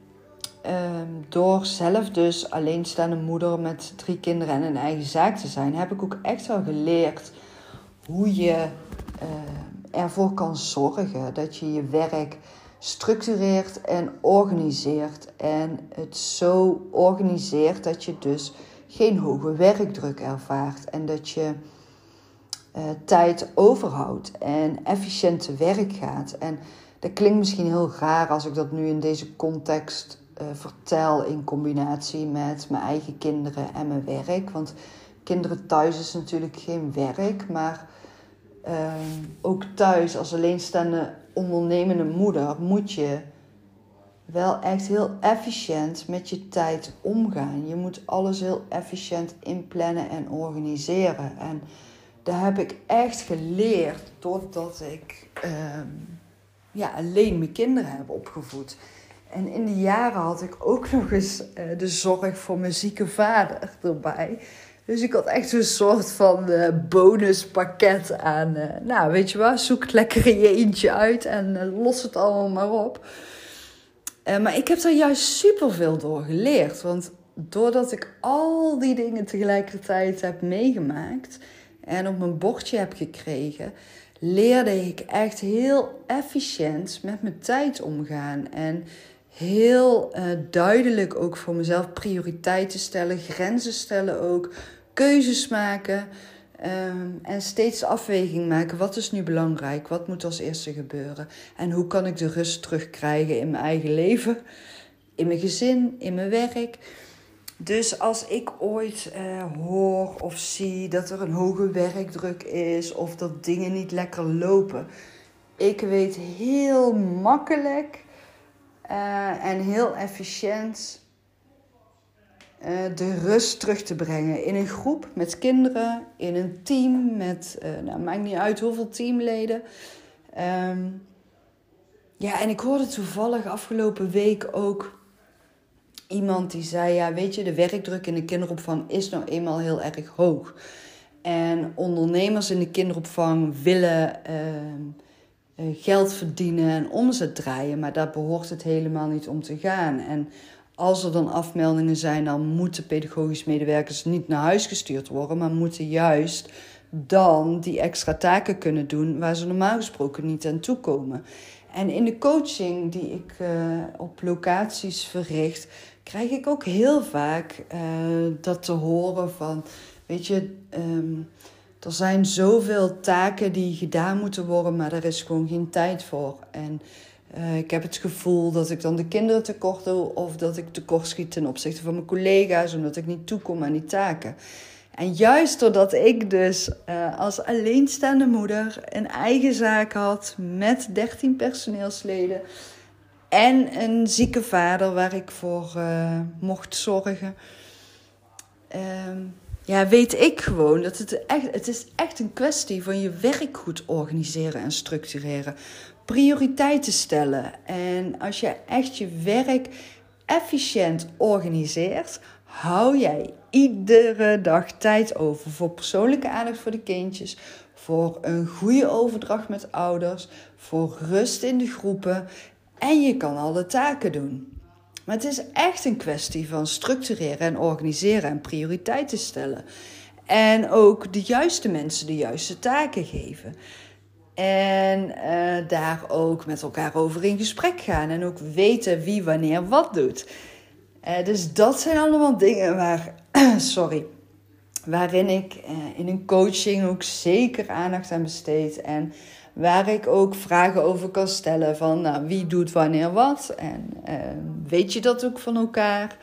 door zelf dus alleenstaande moeder met 3 kinderen en een eigen zaak te zijn, heb ik ook echt wel geleerd hoe je ervoor kan zorgen dat je je werk structureert en organiseert. En het zo organiseert dat je dus geen hoge werkdruk ervaart. En dat je tijd overhoudt en efficiënt te werk gaat. En dat klinkt misschien heel raar als ik dat nu in deze context vertel in combinatie met mijn eigen kinderen en mijn werk. Want kinderen thuis is natuurlijk geen werk, maar ook thuis als alleenstaande ondernemende moeder moet je wel echt heel efficiënt met je tijd omgaan. Je moet alles heel efficiënt inplannen en organiseren. En dat heb ik echt geleerd doordat ik alleen mijn kinderen heb opgevoed. En in die jaren had ik ook nog eens de zorg voor mijn zieke vader erbij. Dus ik had echt een soort van bonuspakket aan. Weet je wat, zoek het lekker in je eentje uit en los het allemaal maar op. Maar ik heb daar juist superveel door geleerd. Want doordat ik al die dingen tegelijkertijd heb meegemaakt en op mijn bordje heb gekregen, leerde ik echt heel efficiënt met mijn tijd omgaan. En heel duidelijk ook voor mezelf prioriteiten stellen, grenzen stellen ook, keuzes maken en steeds afweging maken. Wat is nu belangrijk? Wat moet als eerste gebeuren? En hoe kan ik de rust terugkrijgen in mijn eigen leven, in mijn gezin, in mijn werk? Dus als ik ooit hoor of zie dat er een hoge werkdruk is of dat dingen niet lekker lopen, ik weet heel makkelijk en heel efficiënt de rust terug te brengen. In een groep met kinderen, in een team met, maakt niet uit hoeveel teamleden. En ik hoorde toevallig afgelopen week ook iemand die zei, ja, weet je, de werkdruk in de kinderopvang is nou eenmaal heel erg hoog. En ondernemers in de kinderopvang willen geld verdienen en omzet draaien, maar daar behoort het helemaal niet om te gaan. En als er dan afmeldingen zijn, dan moeten pedagogisch medewerkers niet naar huis gestuurd worden, maar moeten juist dan die extra taken kunnen doen waar ze normaal gesproken niet aan toe komen. En in de coaching die ik op locaties verricht, krijg ik ook heel vaak dat te horen van, weet je, er zijn zoveel taken die gedaan moeten worden, maar er is gewoon geen tijd voor. En ik heb het gevoel dat ik dan de kinderen tekort doe of dat ik tekort schiet ten opzichte van mijn collega's, omdat ik niet toekom aan die taken. En juist doordat ik dus als alleenstaande moeder een eigen zaak had met 13 personeelsleden en een zieke vader waar ik voor mocht zorgen, weet ik gewoon dat het is echt een kwestie van je werk goed organiseren en structureren. Prioriteiten stellen. En als je echt je werk efficiënt organiseert, hou jij iedere dag tijd over voor persoonlijke aandacht voor de kindjes, voor een goede overdracht met ouders, voor rust in de groepen en je kan alle taken doen. Maar het is echt een kwestie van structureren en organiseren en prioriteiten stellen. En ook de juiste mensen de juiste taken geven. En daar ook met elkaar over in gesprek gaan. En ook weten wie wanneer wat doet. Dus dat zijn allemaal dingen waarin ik in een coaching ook zeker aandacht aan besteed. En waar ik ook vragen over kan stellen van wie doet wanneer wat. En weet je dat ook van elkaar?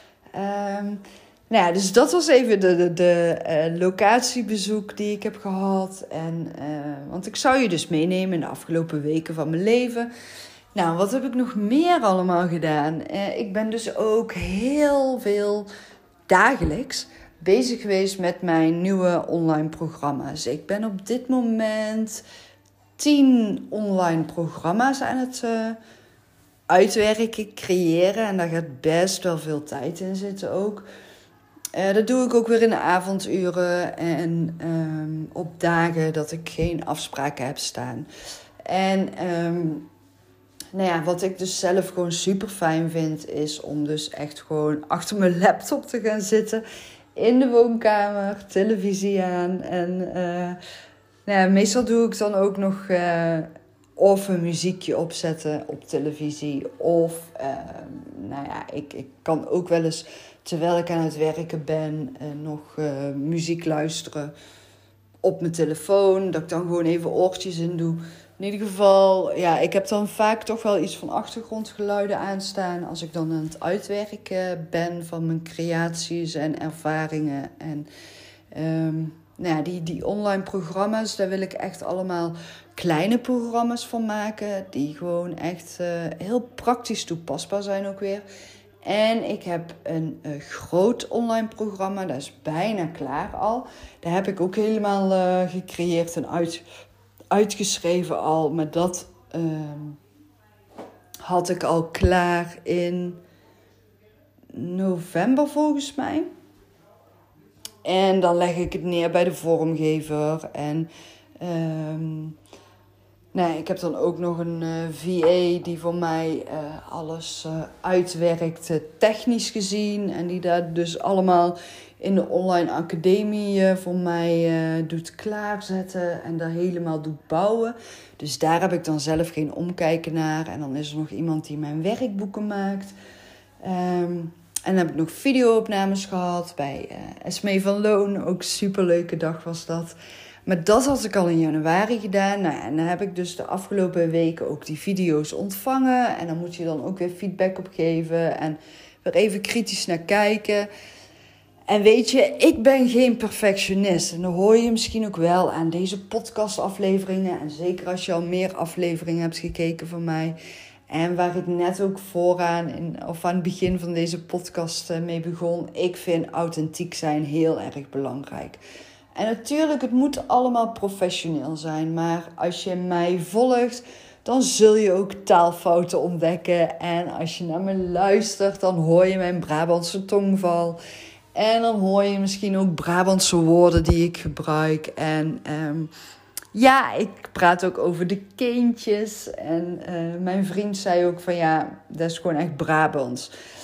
Dus dat was even de locatiebezoek die ik heb gehad. Want ik zou je dus meenemen in de afgelopen weken van mijn leven. Nou, wat heb ik nog meer allemaal gedaan? Ik ben dus ook heel veel dagelijks bezig geweest met mijn nieuwe online programma's. Ik ben op dit moment 10 online programma's aan het uitwerken, creëren. En daar gaat best wel veel tijd in zitten ook. Dat doe ik ook weer in de avonduren en op dagen dat ik geen afspraken heb staan. En wat ik dus zelf gewoon super fijn vind, is om dus echt gewoon achter mijn laptop te gaan zitten. In de woonkamer, televisie aan. En meestal doe ik dan ook nog of een muziekje opzetten op televisie. Of ik kan ook wel eens, terwijl ik aan het werken ben, nog muziek luisteren op mijn telefoon. Dat ik dan gewoon even oortjes in doe. In ieder geval, ik heb dan vaak toch wel iets van achtergrondgeluiden aanstaan als ik dan aan het uitwerken ben van mijn creaties en ervaringen. En die online programma's, daar wil ik echt allemaal kleine programma's van maken, die gewoon echt heel praktisch toepasbaar zijn ook weer. En ik heb een groot online programma, dat is bijna klaar al. Daar heb ik ook helemaal gecreëerd en uitgeschreven al. Maar dat had ik al klaar in november volgens mij. En dan leg ik het neer bij de vormgever. En ik heb dan ook nog een VA die voor mij alles uitwerkt, technisch gezien. En die daar dus allemaal in de online academie voor mij doet klaarzetten en daar helemaal doet bouwen. Dus daar heb ik dan zelf geen omkijken naar. En dan is er nog iemand die mijn werkboeken maakt. En dan heb ik nog video-opnames gehad bij Esmee van Loon. Ook een superleuke dag was dat. Maar dat had ik al in januari gedaan. En dan heb ik dus de afgelopen weken ook die video's ontvangen. En dan moet je dan ook weer feedback op geven. En weer even kritisch naar kijken. En weet je, ik ben geen perfectionist. En dat hoor je misschien ook wel aan deze podcastafleveringen. En zeker als je al meer afleveringen hebt gekeken van mij. En waar ik net ook aan het begin van deze podcast mee begon. Ik vind authentiek zijn heel erg belangrijk. En natuurlijk, het moet allemaal professioneel zijn. Maar als je mij volgt, dan zul je ook taalfouten ontdekken. En als je naar me luistert, dan hoor je mijn Brabantse tongval. En dan hoor je misschien ook Brabantse woorden die ik gebruik. En ik praat ook over de kindjes. En mijn vriend zei ook van dat is gewoon echt Brabants.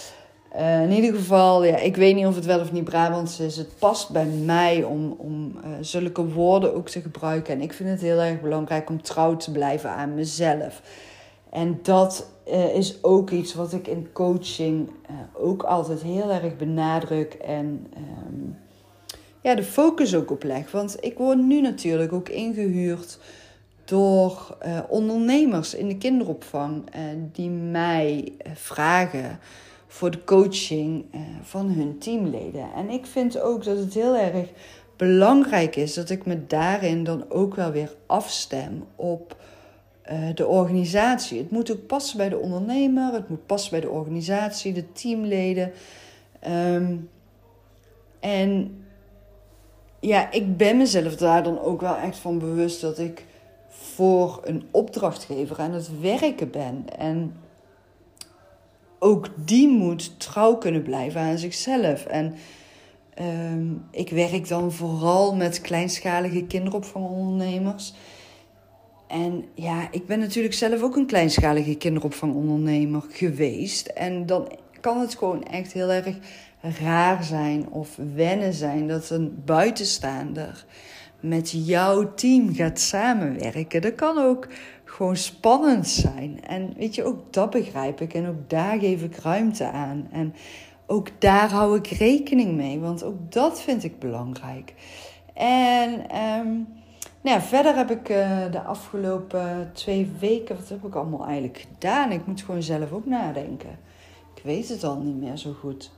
In ieder geval, ja, ik weet niet of het wel of niet Brabants is. Het past bij mij om zulke woorden ook te gebruiken. En ik vind het heel erg belangrijk om trouw te blijven aan mezelf. En dat is ook iets wat ik in coaching ook altijd heel erg benadruk. En de focus ook op leg. Want ik word nu natuurlijk ook ingehuurd door ondernemers in de kinderopvang die mij vragen voor de coaching van hun teamleden. En ik vind ook dat het heel erg belangrijk is dat ik me daarin dan ook wel weer afstem op de organisatie. Het moet ook passen bij de ondernemer, het moet passen bij de organisatie, de teamleden. En ja, ik ben mezelf daar dan ook wel echt van bewust dat ik voor een opdrachtgever aan het werken ben. En ook die moet trouw kunnen blijven aan zichzelf. En ik werk dan vooral met kleinschalige kinderopvangondernemers. En ja, ik ben natuurlijk zelf ook een kleinschalige kinderopvangondernemer geweest. En dan kan het gewoon echt heel erg raar zijn of wennen zijn dat een buitenstaander met jouw team gaat samenwerken. Dat kan ook gewoon spannend zijn. En weet je, ook dat begrijp ik. En ook daar geef ik ruimte aan. En ook daar hou ik rekening mee. Want ook dat vind ik belangrijk. En verder heb ik de afgelopen 2 weken... Wat heb ik allemaal eigenlijk gedaan? Ik moet gewoon zelf ook nadenken. Ik weet het al niet meer zo goed.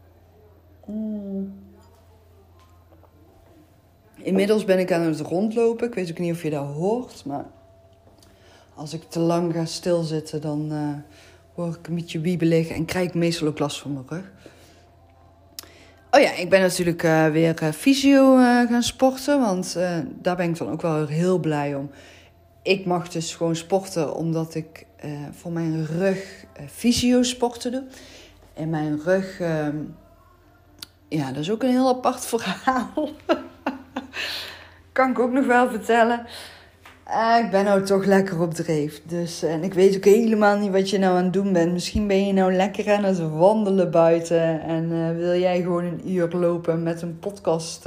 Inmiddels ben ik aan het rondlopen. Ik weet ook niet of je dat hoort. Maar als ik te lang ga stilzitten, dan word ik een beetje wiebelig. En krijg ik meestal ook last van mijn rug. Oh ja, ik ben natuurlijk weer fysio gaan sporten. Want daar ben ik dan ook wel heel blij om. Ik mag dus gewoon sporten omdat ik voor mijn rug fysio sporten doe. En mijn rug... dat is ook een heel apart verhaal. Kan ik ook nog wel vertellen. Ik ben nou toch lekker op dreef. Dus, en ik weet ook helemaal niet wat je nou aan het doen bent. Misschien ben je nou lekker aan het wandelen buiten. En wil jij gewoon een uur lopen met een podcast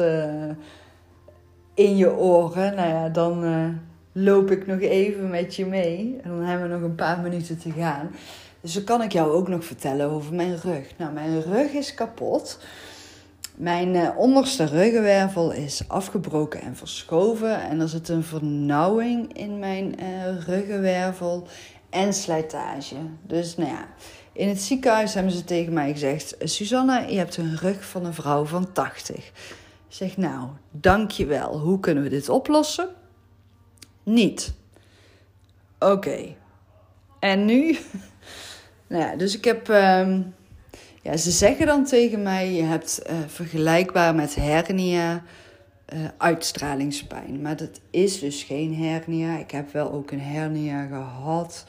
in je oren. Nou ja, dan loop ik nog even met je mee. En dan hebben we nog een paar minuten te gaan. Dus dan kan ik jou ook nog vertellen over mijn rug. Nou, mijn rug is kapot. Mijn onderste ruggenwervel is afgebroken en verschoven. En er zit een vernauwing in mijn ruggenwervel en slijtage. Dus nou ja, in het ziekenhuis hebben ze tegen mij gezegd... Susanna, je hebt een rug van een vrouw van 80. Ik zeg, nou, dankjewel. Hoe kunnen we dit oplossen? Niet. Oké. En nu? Nou ja, dus ik heb... ze zeggen dan tegen mij, je hebt vergelijkbaar met hernia uitstralingspijn. Maar dat is dus geen hernia. Ik heb wel ook een hernia gehad.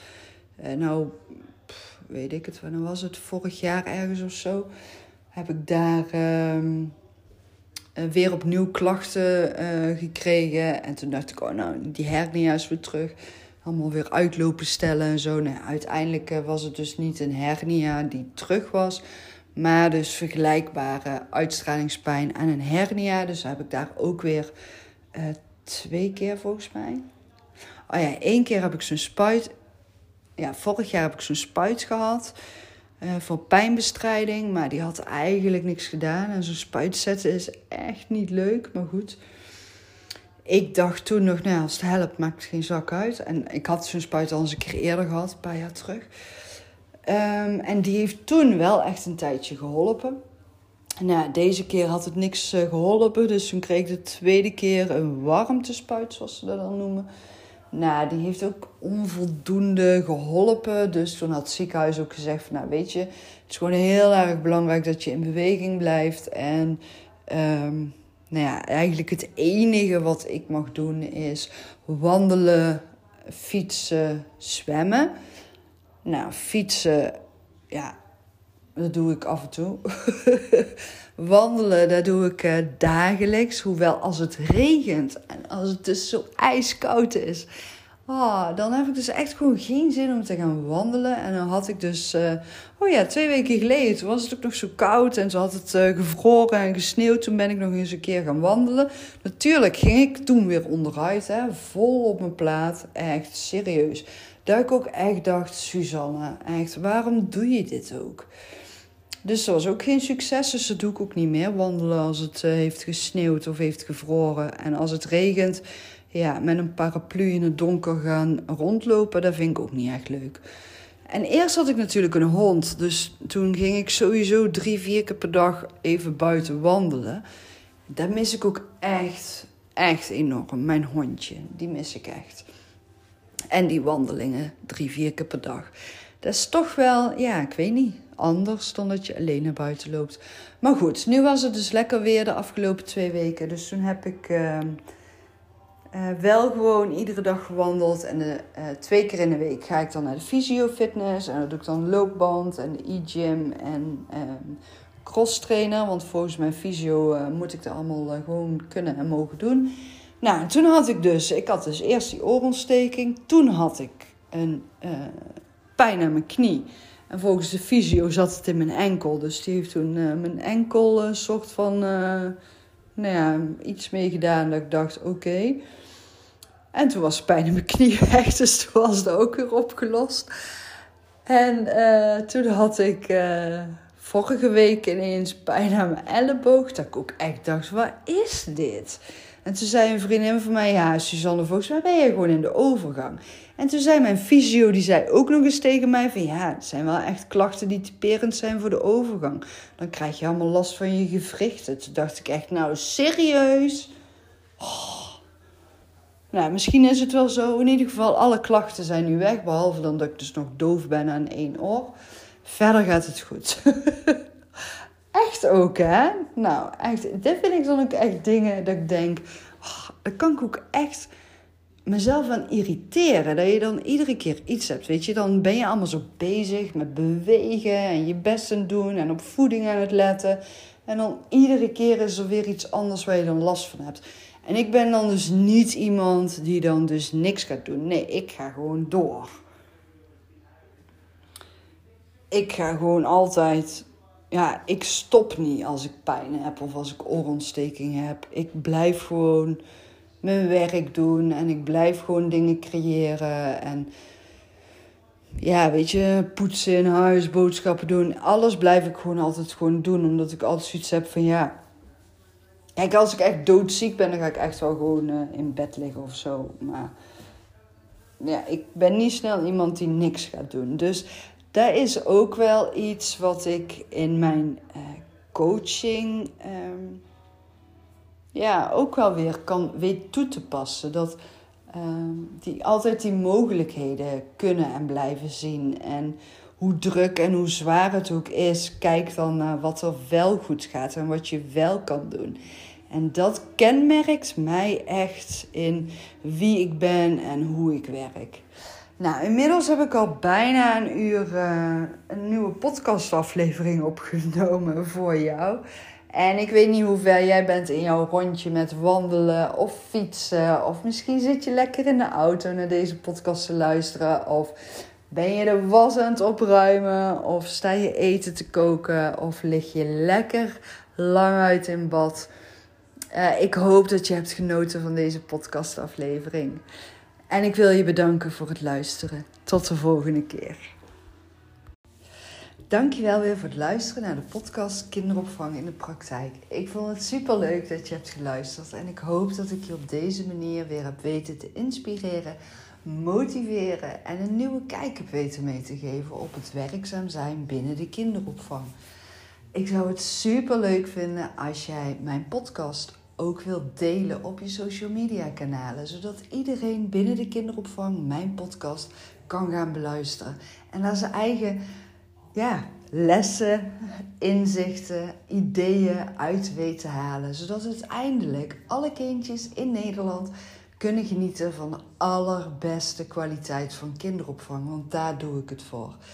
Weet ik het, wanneer was het? Vorig jaar ergens of zo. Heb ik daar weer opnieuw klachten gekregen. En toen dacht ik, die hernia is weer terug. Allemaal weer uitlopen stellen en zo. Nou, uiteindelijk was het dus niet een hernia die terug was. Maar dus vergelijkbare uitstralingspijn aan een hernia. Dus heb ik daar ook weer 2 keer volgens mij. 1 keer heb ik zo'n spuit. Ja, vorig jaar heb ik zo'n spuit gehad. Voor pijnbestrijding. Maar die had eigenlijk niks gedaan. En zo'n spuit zetten is echt niet leuk. Maar goed. Ik dacht toen nog, als het helpt, maakt het geen zak uit. En ik had zo'n spuit al eens een keer eerder gehad, een paar jaar terug. En die heeft toen wel echt een tijdje geholpen. Nou, deze keer had het niks geholpen. Dus toen kreeg ik de tweede keer een warmtespuit, zoals ze dat dan noemen. Nou, die heeft ook onvoldoende geholpen. Dus toen had het ziekenhuis ook gezegd van, weet je, het is gewoon heel erg belangrijk dat je in beweging blijft. En eigenlijk het enige wat ik mag doen is wandelen, fietsen, zwemmen. Nou, fietsen, dat doe ik af en toe. Wandelen, dat doe ik dagelijks. Hoewel als het regent en als het dus zo ijskoud is. Dan heb ik dus echt gewoon geen zin om te gaan wandelen. En dan had ik dus, 2 weken geleden, toen was het ook nog zo koud en toen had het gevroren en gesneeuwd. Toen ben ik nog eens een keer gaan wandelen. Natuurlijk ging ik toen weer onderuit, vol op mijn plaat, echt serieus. Dat ik ook echt dacht, Suzanne, echt, waarom doe je dit ook? Dus dat was ook geen succes, dus dat doe ik ook niet meer. Wandelen als het heeft gesneeuwd of heeft gevroren. En als het regent, met een paraplu in het donker gaan rondlopen, dat vind ik ook niet echt leuk. En eerst had ik natuurlijk een hond, dus toen ging ik sowieso 3-4 keer per dag even buiten wandelen. Dat mis ik ook echt enorm, mijn hondje, die mis ik echt. En die wandelingen 3-4 keer per dag. Dat is toch wel, ik weet niet, anders dan dat je alleen naar buiten loopt. Maar goed, nu was het dus lekker weer de afgelopen 2 weken. Dus toen heb ik wel gewoon iedere dag gewandeld. En 2 keer in de week ga ik dan naar de fysiofitness. En dat doe ik dan loopband en de e-gym en cross trainer. Want volgens mijn fysio moet ik dat allemaal gewoon kunnen en mogen doen. Nou, en toen had ik dus eerst die oorontsteking. Toen had ik een pijn aan mijn knie. En volgens de fysio zat het in mijn enkel. Dus die heeft toen mijn enkel een soort van iets mee gedaan. Dat ik dacht, oké. En toen was pijn in mijn knie weg. Dus toen was dat ook weer opgelost. En toen had ik vorige week ineens pijn aan mijn elleboog. Dat ik ook echt dacht, wat is dit? En toen zei een vriendin van mij, Suzanne, volgens mij ben je gewoon in de overgang. En toen zei mijn fysio, die zei ook nog eens tegen mij van, het zijn wel echt klachten die typerend zijn voor de overgang. Dan krijg je allemaal last van je gewrichten. Toen dacht ik echt, nou serieus? Nou, misschien is het wel zo. In ieder geval, alle klachten zijn nu weg, behalve dan dat ik dus nog doof ben aan 1 oor. Verder gaat het goed. Echt ook, hè? Nou, echt, dit vind ik dan ook echt dingen dat ik denk, daar kan ik ook echt mezelf aan irriteren. Dat je dan iedere keer iets hebt, weet je. Dan ben je allemaal zo bezig met bewegen en je best aan doen en op voeding aan het letten. En dan iedere keer is er weer iets anders waar je dan last van hebt. En ik ben dan dus niet iemand die dan dus niks gaat doen. Nee, ik ga gewoon door. Ik ga gewoon altijd... ik stop niet als ik pijn heb of als ik oorontsteking heb. Ik blijf gewoon mijn werk doen en ik blijf gewoon dingen creëren. En weet je, poetsen in huis, boodschappen doen. Alles blijf ik gewoon altijd gewoon doen, omdat ik altijd zoiets heb van Kijk, als ik echt doodziek ben, dan ga ik echt wel gewoon in bed liggen of zo. Maar ik ben niet snel iemand die niks gaat doen. Dus dat is ook wel iets wat ik in mijn coaching ook wel weer weet toe te passen. Dat die altijd die mogelijkheden kunnen en blijven zien. En hoe druk en hoe zwaar het ook is, kijk dan naar wat er wel goed gaat en wat je wel kan doen. En dat kenmerkt mij echt in wie ik ben en hoe ik werk. Nou, inmiddels heb ik al bijna 1 uur een nieuwe podcastaflevering opgenomen voor jou. En ik weet niet hoe ver jij bent in jouw rondje met wandelen of fietsen. Of misschien zit je lekker in de auto naar deze podcast te luisteren. Of ben je de was aan het opruimen. Of sta je eten te koken. Of lig je lekker lang uit in bad. Ik hoop dat je hebt genoten van deze podcastaflevering. En ik wil je bedanken voor het luisteren. Tot de volgende keer. Dankjewel weer voor het luisteren naar de podcast Kinderopvang in de Praktijk. Ik vond het superleuk dat je hebt geluisterd. En ik hoop dat ik je op deze manier weer heb weten te inspireren, motiveren en een nieuwe kijk heb weten mee te geven op het werkzaam zijn binnen de kinderopvang. Ik zou het superleuk vinden als jij mijn podcast ook wilt delen op je social media kanalen. Zodat iedereen binnen de kinderopvang mijn podcast kan gaan beluisteren. En daar zijn eigen lessen, inzichten, ideeën uit weet te halen. Zodat uiteindelijk alle kindjes in Nederland kunnen genieten van de allerbeste kwaliteit van kinderopvang. Want daar doe ik het voor.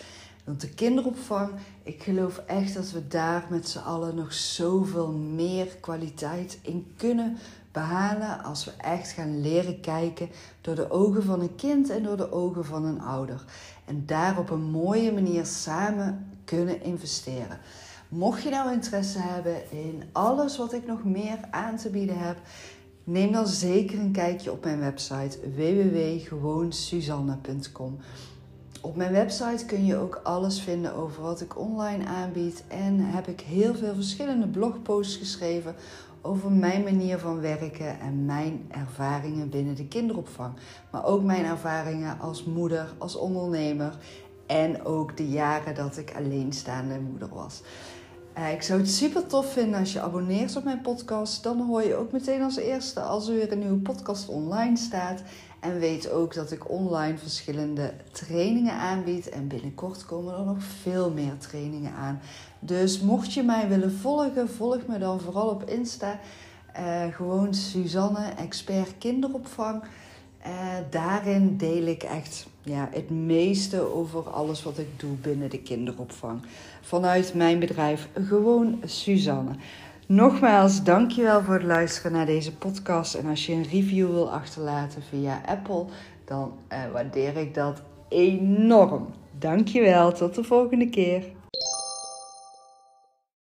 Want de kinderopvang, ik geloof echt dat we daar met z'n allen nog zoveel meer kwaliteit in kunnen behalen als we echt gaan leren kijken door de ogen van een kind en door de ogen van een ouder. En daar op een mooie manier samen kunnen investeren. Mocht je nou interesse hebben in alles wat ik nog meer aan te bieden heb, neem dan zeker een kijkje op mijn website www.gewoonsuzanne.com. Op mijn website kun je ook alles vinden over wat ik online aanbied. En heb ik heel veel verschillende blogposts geschreven over mijn manier van werken en mijn ervaringen binnen de kinderopvang. Maar ook mijn ervaringen als moeder, als ondernemer en ook de jaren dat ik alleenstaande moeder was. Ik zou het super tof vinden als je abonneert op mijn podcast. Dan hoor je ook meteen als eerste als er weer een nieuwe podcast online staat. En weet ook dat ik online verschillende trainingen aanbied. En binnenkort komen er nog veel meer trainingen aan. Dus mocht je mij willen volgen, volg me dan vooral op Insta. Gewoon Suzanne, expert kinderopvang. Daarin deel ik echt het meeste over alles wat ik doe binnen de kinderopvang. Vanuit mijn bedrijf Gewoon Suzanne. Nogmaals, dankjewel voor het luisteren naar deze podcast. En als je een review wil achterlaten via Apple, dan waardeer ik dat enorm. Dankjewel, tot de volgende keer.